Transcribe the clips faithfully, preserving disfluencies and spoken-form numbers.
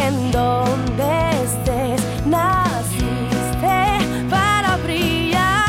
En donde estés, naciste para brillar,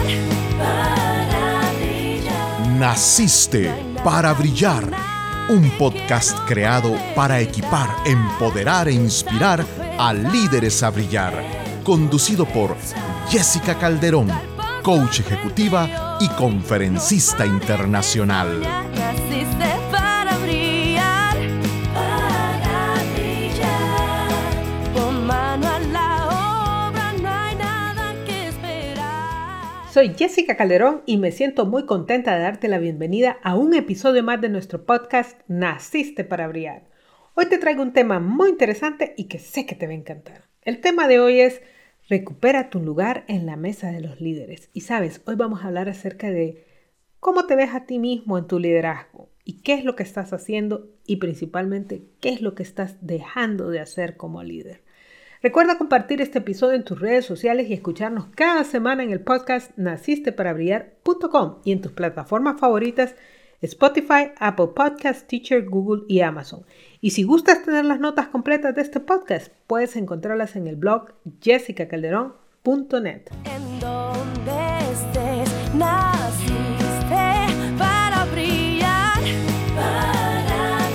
para brillar. Naciste para brillar. Un podcast creado para equipar, empoderar e inspirar a líderes a brillar. Conducido por Jessica Calderón, coach ejecutiva y conferencista internacional. Naciste para brillar, para brillar. Pon mano a la obra, no hay nada que esperar. Soy Jessica Calderón y me siento muy contenta de darte la bienvenida a un episodio más de nuestro podcast Naciste para brillar. Hoy te traigo un tema muy interesante y que sé que te va a encantar. El tema de hoy es recupera tu lugar en la mesa de los líderes. Y sabes, hoy vamos a hablar acerca de cómo te ves a ti mismo en tu liderazgo y qué es lo que estás haciendo y principalmente qué es lo que estás dejando de hacer como líder. Recuerda compartir este episodio en tus redes sociales y escucharnos cada semana en el podcast naciste para brillar punto com y en tus plataformas favoritas Spotify, Apple Podcasts, Teacher, Google y Amazon. Y si gustas tener las notas completas de este podcast, puedes encontrarlas en el blog jessica calderón punto net. En donde estés, naciste para brillar, para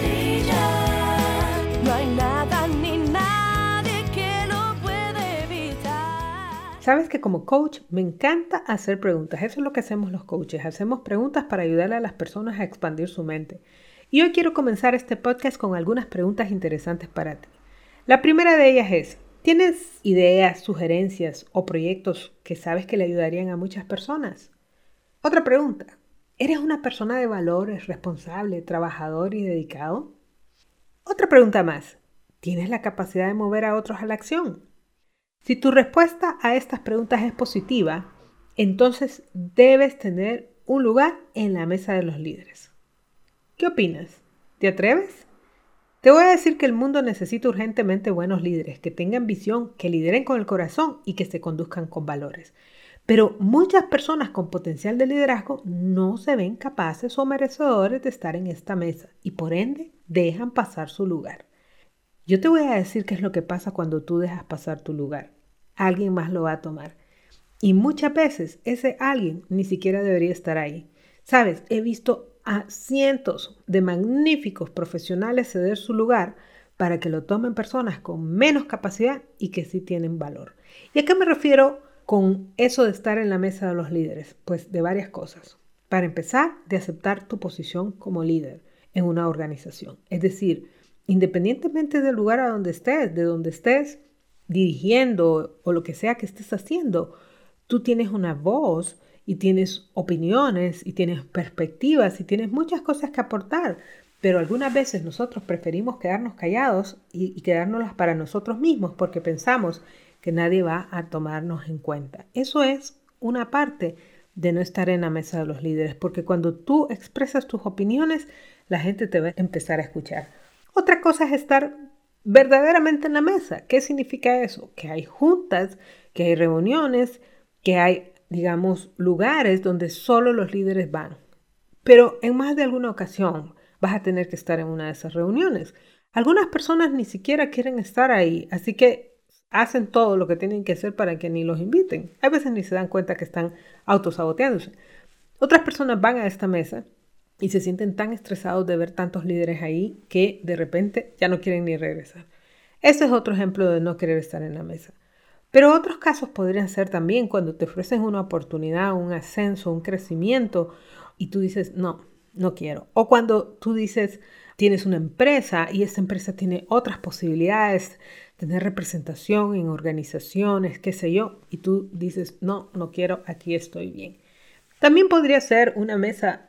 brillar. No hay nada ni nadie que lo puede evitar. Sabes que como coach me encanta hacer preguntas. Eso es lo que hacemos los coaches. Hacemos preguntas para ayudarle a las personas a expandir su mente. Y hoy quiero comenzar este podcast con algunas preguntas interesantes para ti. La primera de ellas es, ¿tienes ideas, sugerencias o proyectos que sabes que le ayudarían a muchas personas? Otra pregunta, ¿eres una persona de valores, responsable, trabajador y dedicado? Otra pregunta más, ¿tienes la capacidad de mover a otros a la acción? Si tu respuesta a estas preguntas es positiva, entonces debes tener un lugar en la mesa de los líderes. ¿Qué opinas? ¿Te atreves? Te voy a decir que el mundo necesita urgentemente buenos líderes, que tengan visión, que lideren con el corazón y que se conduzcan con valores. Pero muchas personas con potencial de liderazgo no se ven capaces o merecedores de estar en esta mesa y por ende dejan pasar su lugar. Yo te voy a decir qué es lo que pasa cuando tú dejas pasar tu lugar. Alguien más lo va a tomar. Y muchas veces ese alguien ni siquiera debería estar ahí. Sabes, he visto a cientos de magníficos profesionales ceder su lugar para que lo tomen personas con menos capacidad y que sí tienen valor. ¿Y a qué me refiero con eso de estar en la mesa de los líderes? Pues de varias cosas. Para empezar, de aceptar tu posición como líder en una organización. Es decir, independientemente del lugar a donde estés, de donde estés dirigiendo o lo que sea que estés haciendo, tú tienes una voz y tienes opiniones y tienes perspectivas y tienes muchas cosas que aportar, pero algunas veces nosotros preferimos quedarnos callados y, y quedárnoslas para nosotros mismos porque pensamos que nadie va a tomarnos en cuenta. Eso es una parte de no estar en la mesa de los líderes, porque cuando tú expresas tus opiniones, la gente te va a empezar a escuchar. Otra cosa es estar verdaderamente en la mesa. ¿Qué significa eso? Que hay juntas, que hay reuniones, que hay digamos, lugares donde solo los líderes van. Pero en más de alguna ocasión vas a tener que estar en una de esas reuniones. Algunas personas ni siquiera quieren estar ahí, así que hacen todo lo que tienen que hacer para que ni los inviten. A veces ni se dan cuenta que están autosaboteándose. Otras personas van a esta mesa y se sienten tan estresados de ver tantos líderes ahí que de repente ya no quieren ni regresar. Ese es otro ejemplo de no querer estar en la mesa. Pero otros casos podrían ser también cuando te ofrecen una oportunidad, un ascenso, un crecimiento y tú dices, no, no quiero. O cuando tú dices, tienes una empresa y esa empresa tiene otras posibilidades, tener representación en organizaciones, qué sé yo, y tú dices, no, no quiero, aquí estoy bien. También podría ser una mesa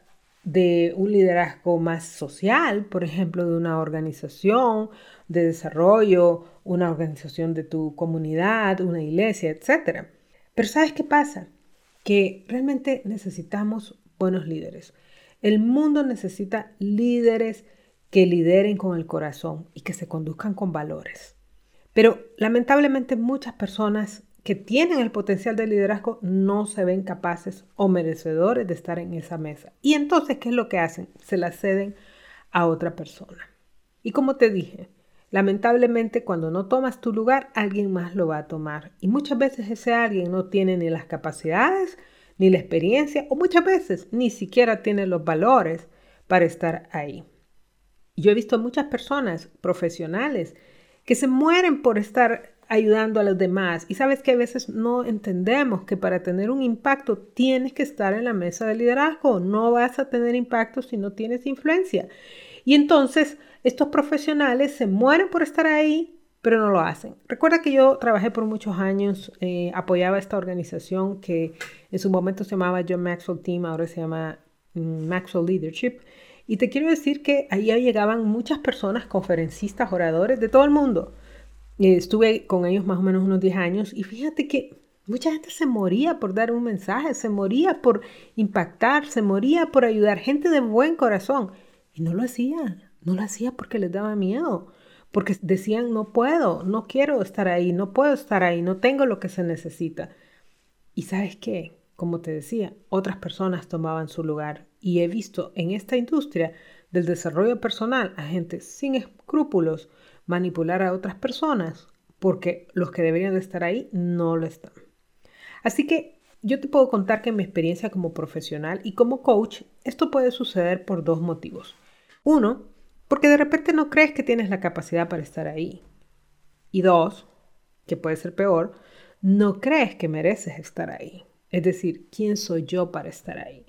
de un liderazgo más social, por ejemplo, de una organización de desarrollo, una organización de tu comunidad, una iglesia, etcétera. Pero ¿sabes qué pasa? Que realmente necesitamos buenos líderes. El mundo necesita líderes que lideren con el corazón y que se conduzcan con valores. Pero lamentablemente muchas personas que tienen el potencial de liderazgo no se ven capaces o merecedores de estar en esa mesa. Y entonces, ¿qué es lo que hacen? Se la ceden a otra persona. Y como te dije, Lamentablemente, cuando no tomas tu lugar, alguien más lo va a tomar. Y muchas veces ese alguien no tiene ni las capacidades, ni la experiencia, o muchas veces ni siquiera tiene los valores para estar ahí. Yo he visto muchas personas profesionales que se mueren por estar ayudando a los demás. Y sabes que a veces no entendemos que para tener un impacto tienes que estar en la mesa de liderazgo. No vas a tener impacto si no tienes influencia. Y entonces estos profesionales se mueren por estar ahí, pero no lo hacen. Recuerda que yo trabajé por muchos años, eh, apoyaba esta organización que en su momento se llamaba John Maxwell Team, ahora se llama mm, Maxwell Leadership. Y te quiero decir que ahí llegaban muchas personas, conferencistas, oradores de todo el mundo. Eh, estuve con ellos más o menos unos diez años y fíjate que mucha gente se moría por dar un mensaje, se moría por impactar, se moría por ayudar, gente de buen corazón. Y no lo hacía, no lo hacía porque les daba miedo, porque decían no puedo, no quiero estar ahí, no puedo estar ahí, no tengo lo que se necesita. Y ¿sabes qué? Como te decía, otras personas tomaban su lugar. Y he visto en esta industria del desarrollo personal a gente sin escrúpulos manipular a otras personas porque los que deberían de estar ahí no lo están. Así que yo te puedo contar que en mi experiencia como profesional y como coach, esto puede suceder por dos motivos. Uno, porque de repente no crees que tienes la capacidad para estar ahí. Y dos, que puede ser peor, no crees que mereces estar ahí. Es decir, ¿quién soy yo para estar ahí?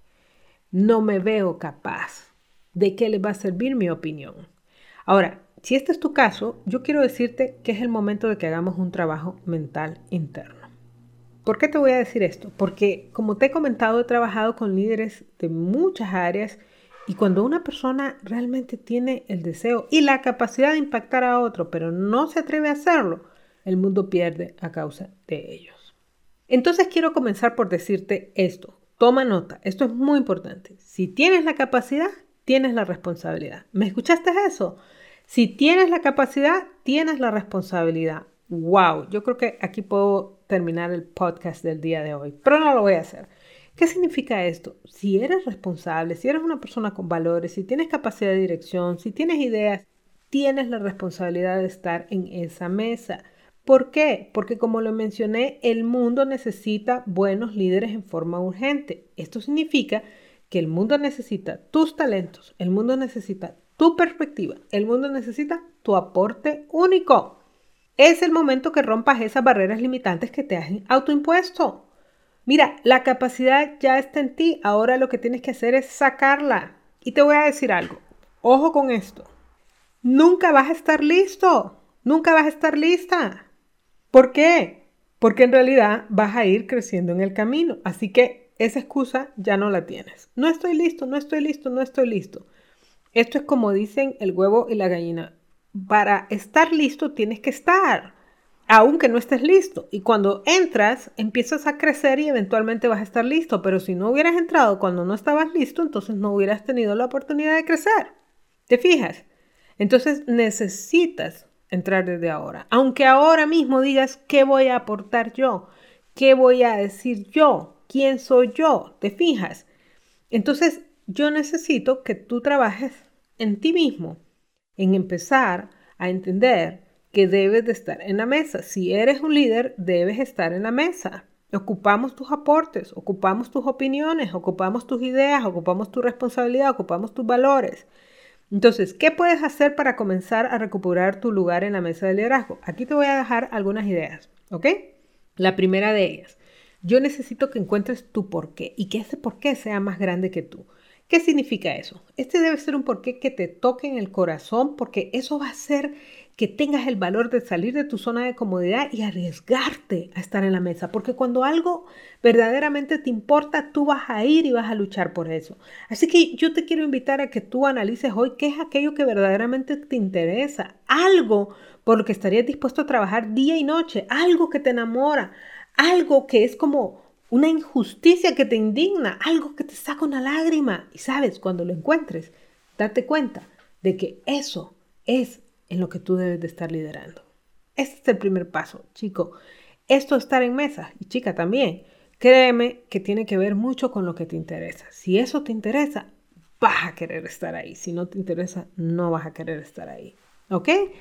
No me veo capaz. ¿De qué le va a servir mi opinión? Ahora, si este es tu caso, yo quiero decirte que es el momento de que hagamos un trabajo mental interno. ¿Por qué te voy a decir esto? Porque, como te he comentado, he trabajado con líderes de muchas áreas y cuando una persona realmente tiene el deseo y la capacidad de impactar a otro, pero no se atreve a hacerlo, el mundo pierde a causa de ellos. Entonces quiero comenzar por decirte esto. Toma nota, esto es muy importante. Si tienes la capacidad, tienes la responsabilidad. ¿Me escuchaste eso? Si tienes la capacidad, tienes la responsabilidad. ¡Wow! Yo creo que aquí puedo terminar el podcast del día de hoy, pero no lo voy a hacer. ¿Qué significa esto? Si eres responsable, si eres una persona con valores, si tienes capacidad de dirección, si tienes ideas, tienes la responsabilidad de estar en esa mesa. ¿Por qué? Porque como lo mencioné, el mundo necesita buenos líderes en forma urgente. Esto significa que el mundo necesita tus talentos, el mundo necesita tu perspectiva, el mundo necesita tu aporte único. Es el momento que rompas esas barreras limitantes que te has autoimpuesto. Mira, la capacidad ya está en ti, ahora lo que tienes que hacer es sacarla. Y te voy a decir algo, ojo con esto, nunca vas a estar listo, nunca vas a estar lista. ¿Por qué? Porque en realidad vas a ir creciendo en el camino, así que esa excusa ya no la tienes. No estoy listo, no estoy listo, no estoy listo. Esto es como dicen el huevo y la gallina. Para estar listo tienes que estar, aunque no estés listo. Y cuando entras, empiezas a crecer y eventualmente vas a estar listo. Pero si no hubieras entrado cuando no estabas listo, entonces no hubieras tenido la oportunidad de crecer. ¿Te fijas? Entonces necesitas entrar desde ahora. Aunque ahora mismo digas, ¿qué voy a aportar yo? ¿Qué voy a decir yo? ¿Quién soy yo? ¿Te fijas? Entonces yo necesito que tú trabajes en ti mismo, en empezar a entender que debes de estar en la mesa. Si eres un líder, debes estar en la mesa. Ocupamos tus aportes, ocupamos tus opiniones, ocupamos tus ideas, ocupamos tu responsabilidad, ocupamos tus valores. Entonces, ¿qué puedes hacer para comenzar a recuperar tu lugar en la mesa de liderazgo? Aquí te voy a dejar algunas ideas, ¿ok? La primera de ellas, yo necesito que encuentres tu porqué y que ese porqué sea más grande que tú. ¿Qué significa eso? Este debe ser un porqué que te toque en el corazón porque eso va a hacer que tengas el valor de salir de tu zona de comodidad y arriesgarte a estar en la mesa. Porque cuando algo verdaderamente te importa, tú vas a ir y vas a luchar por eso. Así que yo te quiero invitar a que tú analices hoy qué es aquello que verdaderamente te interesa. Algo por lo que estarías dispuesto a trabajar día y noche. Algo que te enamora. Algo que es como una injusticia que te indigna, algo que te saca una lágrima. Y sabes, cuando lo encuentres, date cuenta de que eso es en lo que tú debes de estar liderando. Este es el primer paso, chico. Esto de estar en mesa, y chica también, créeme que tiene que ver mucho con lo que te interesa. Si eso te interesa, vas a querer estar ahí. Si no te interesa, no vas a querer estar ahí. ¿Ok?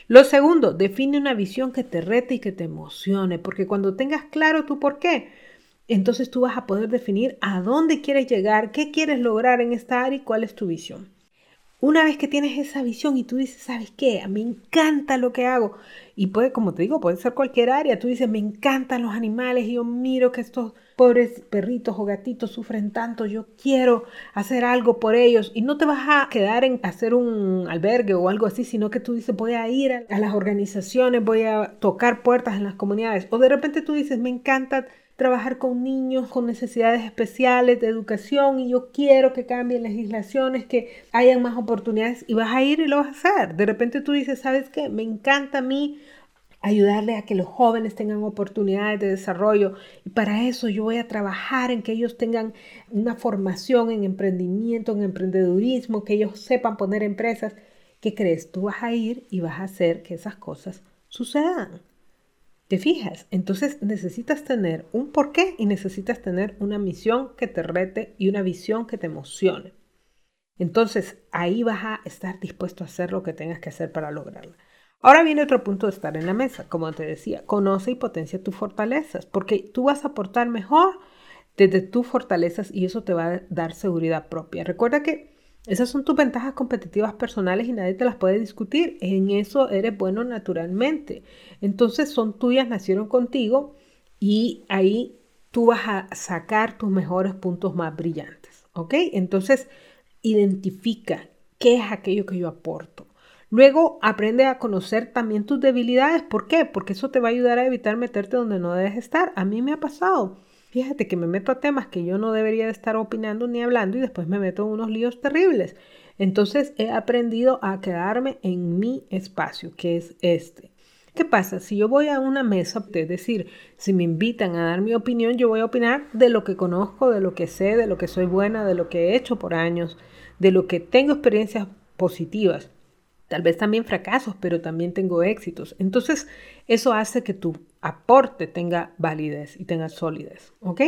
Lo segundo, define una visión que te rete y que te emocione, porque cuando tengas claro tu por qué, entonces tú vas a poder definir a dónde quieres llegar, qué quieres lograr en esta área y cuál es tu visión. Una vez que tienes esa visión y tú dices, ¿sabes qué? Me encanta lo que hago. Y puede, como te digo, puede ser cualquier área. Tú dices, me encantan los animales y yo miro que estos pobres perritos o gatitos sufren tanto. Yo quiero hacer algo por ellos. Y no te vas a quedar en hacer un albergue o algo así, sino que tú dices, voy a ir a, a las organizaciones, voy a tocar puertas en las comunidades. O de repente tú dices, me encanta trabajar con niños con necesidades especiales de educación y yo quiero que cambien legislaciones, que hayan más oportunidades y vas a ir y lo vas a hacer. De repente tú dices, ¿sabes qué? Me encanta a mí ayudarle a que los jóvenes tengan oportunidades de desarrollo y para eso yo voy a trabajar en que ellos tengan una formación en emprendimiento, en emprendedurismo, que ellos sepan poner empresas. ¿Qué crees? Tú vas a ir y vas a hacer que esas cosas sucedan. ¿Te fijas? Entonces necesitas tener un porqué y necesitas tener una misión que te rete y una visión que te emocione. Entonces ahí vas a estar dispuesto a hacer lo que tengas que hacer para lograrla. Ahora viene otro punto de estar en la mesa. Como te decía, conoce y potencia tus fortalezas porque tú vas a aportar mejor desde tus fortalezas y eso te va a dar seguridad propia. Recuerda que esas son tus ventajas competitivas personales y nadie te las puede discutir. En eso eres bueno naturalmente. Entonces son tuyas, nacieron contigo y ahí tú vas a sacar tus mejores puntos más brillantes. ¿Ok? Entonces identifica qué es aquello que yo aporto. Luego aprende a conocer también tus debilidades. ¿Por qué? Porque eso te va a ayudar a evitar meterte donde no debes estar. A mí me ha pasado. Fíjate que me meto a temas que yo no debería de estar opinando ni hablando y después me meto en unos líos terribles. Entonces he aprendido a quedarme en mi espacio, que es este. ¿Qué pasa? Si yo voy a una mesa, es decir, si me invitan a dar mi opinión, yo voy a opinar de lo que conozco, de lo que sé, de lo que soy buena, de lo que he hecho por años, de lo que tengo experiencias positivas. Tal vez también fracasos, pero también tengo éxitos. Entonces, eso hace que tu aporte tenga validez y tenga solidez, ¿ok?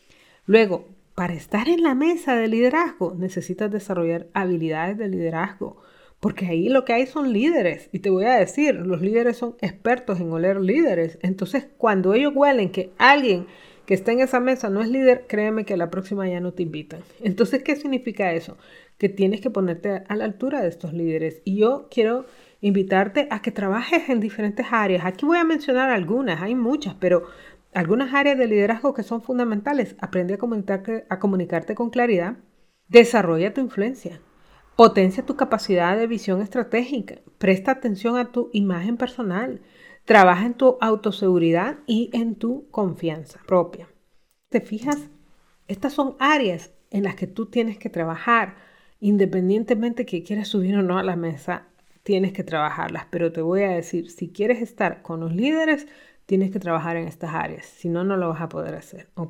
Luego, para estar en la mesa de liderazgo, necesitas desarrollar habilidades de liderazgo, porque ahí lo que hay son líderes. Y te voy a decir, los líderes son expertos en oler líderes. Entonces, cuando ellos huelen que alguien que está en esa mesa no es líder, créeme que la próxima ya no te invitan. Entonces, ¿qué significa eso? Que tienes que ponerte a la altura de estos líderes. Y yo quiero invitarte a que trabajes en diferentes áreas. Aquí voy a mencionar algunas, hay muchas, pero algunas áreas de liderazgo que son fundamentales. Aprende a comunicarte, a comunicarte con claridad. Desarrolla tu influencia. Potencia tu capacidad de visión estratégica. Presta atención a tu imagen personal. Trabaja en tu autoseguridad y en tu confianza propia. ¿Te fijas? Estas son áreas en las que tú tienes que trabajar. Independientemente que quieras subir o no a la mesa, tienes que trabajarlas. Pero te voy a decir, si quieres estar con los líderes, tienes que trabajar en estas áreas. Si no, no lo vas a poder hacer. ¿Ok?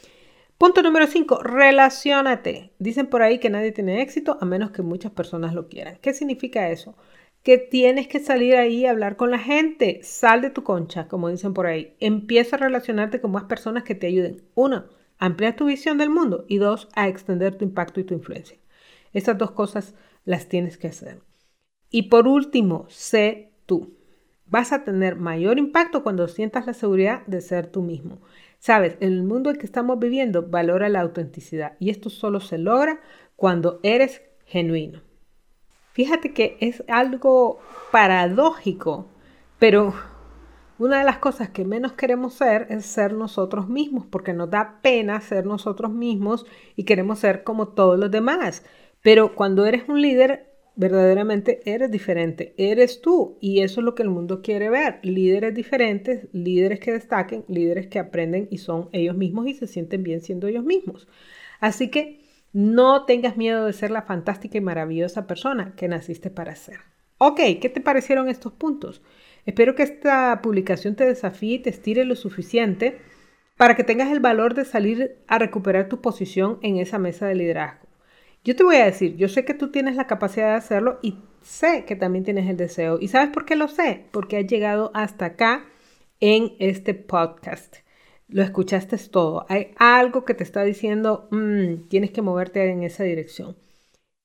Punto número cinco, relaciónate. Dicen por ahí que nadie tiene éxito a menos que muchas personas lo quieran. ¿Qué significa eso? Que tienes que salir ahí a hablar con la gente. Sal de tu concha, como dicen por ahí. Empieza a relacionarte con más personas que te ayuden. Uno, amplía tu visión del mundo. Y dos, a extender tu impacto y tu influencia. Esas dos cosas las tienes que hacer. Y por último, sé tú. Vas a tener mayor impacto cuando sientas la seguridad de ser tú mismo. Sabes, en el mundo en que estamos viviendo, valora la autenticidad. Y esto solo se logra cuando eres genuino. Fíjate que es algo paradójico, pero una de las cosas que menos queremos ser es ser nosotros mismos, porque nos da pena ser nosotros mismos y queremos ser como todos los demás. Pero cuando eres un líder, verdaderamente eres diferente, eres tú y eso es lo que el mundo quiere ver. Líderes diferentes, líderes que destaquen, líderes que aprenden y son ellos mismos y se sienten bien siendo ellos mismos. Así que no tengas miedo de ser la fantástica y maravillosa persona que naciste para ser. Ok, ¿qué te parecieron estos puntos? Espero que esta publicación te desafíe y te estire lo suficiente para que tengas el valor de salir a recuperar tu posición en esa mesa de liderazgo. Yo te voy a decir, yo sé que tú tienes la capacidad de hacerlo y sé que también tienes el deseo. ¿Y sabes por qué lo sé? Porque has llegado hasta acá en este podcast. Lo escuchaste todo. Hay algo que te está diciendo, mmm, tienes que moverte en esa dirección.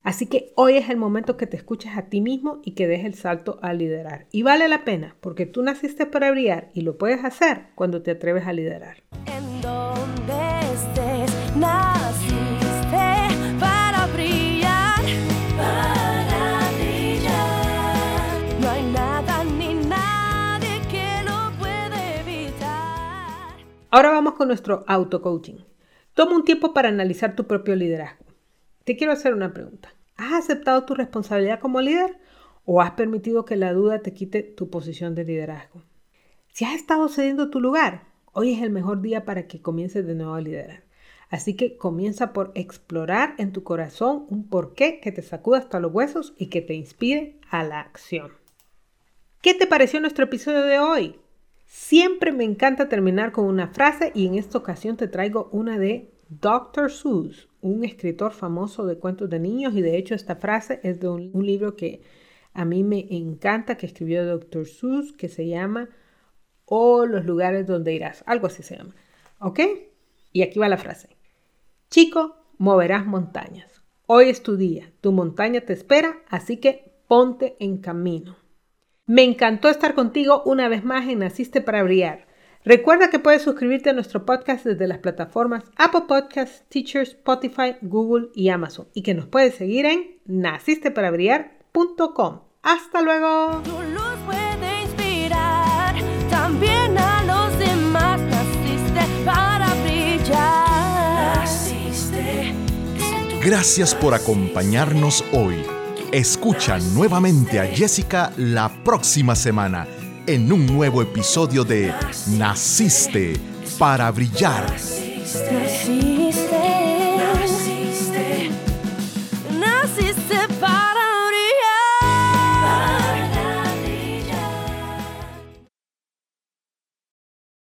Así que hoy es el momento que te escuches a ti mismo y que des el salto a liderar. Y vale la pena, porque tú naciste para brillar y lo puedes hacer cuando te atreves a liderar. En donde estés, naciste para brillar, para brillar. No hay nada ni nadie que lo pueda evitar. Ahora vamos con nuestro auto-coaching. Toma un tiempo para analizar tu propio liderazgo. Te quiero hacer una pregunta. ¿Has aceptado tu responsabilidad como líder o has permitido que la duda te quite tu posición de liderazgo? Si has estado cediendo tu lugar, hoy es el mejor día para que comiences de nuevo a liderar. Así que comienza por explorar en tu corazón un porqué que te sacuda hasta los huesos y que te inspire a la acción. ¿Qué te pareció nuestro episodio de hoy? Siempre me encanta terminar con una frase y en esta ocasión te traigo una de doctor Seuss, un escritor famoso de cuentos de niños, y de hecho esta frase es de un, un libro que a mí me encanta, que escribió doctor Seuss, que se llama O los lugares donde irás, algo así se llama, ¿ok? Y aquí va la frase. Chico, moverás montañas. Hoy es tu día, tu montaña te espera, así que ponte en camino. Me encantó estar contigo una vez más en Naciste para Brillar. Recuerda que puedes suscribirte a nuestro podcast desde las plataformas Apple Podcasts, Teacher, Spotify, Google y Amazon, y que nos puedes seguir en naciste para brillar punto com. ¡Hasta luego! Tu luz puede inspirar también a los demás. Naciste para brillar. Naciste. Gracias por acompañarnos hoy. Escucha nuevamente a Jessica la próxima semana en un nuevo episodio de Naciste para Brillar. Naciste.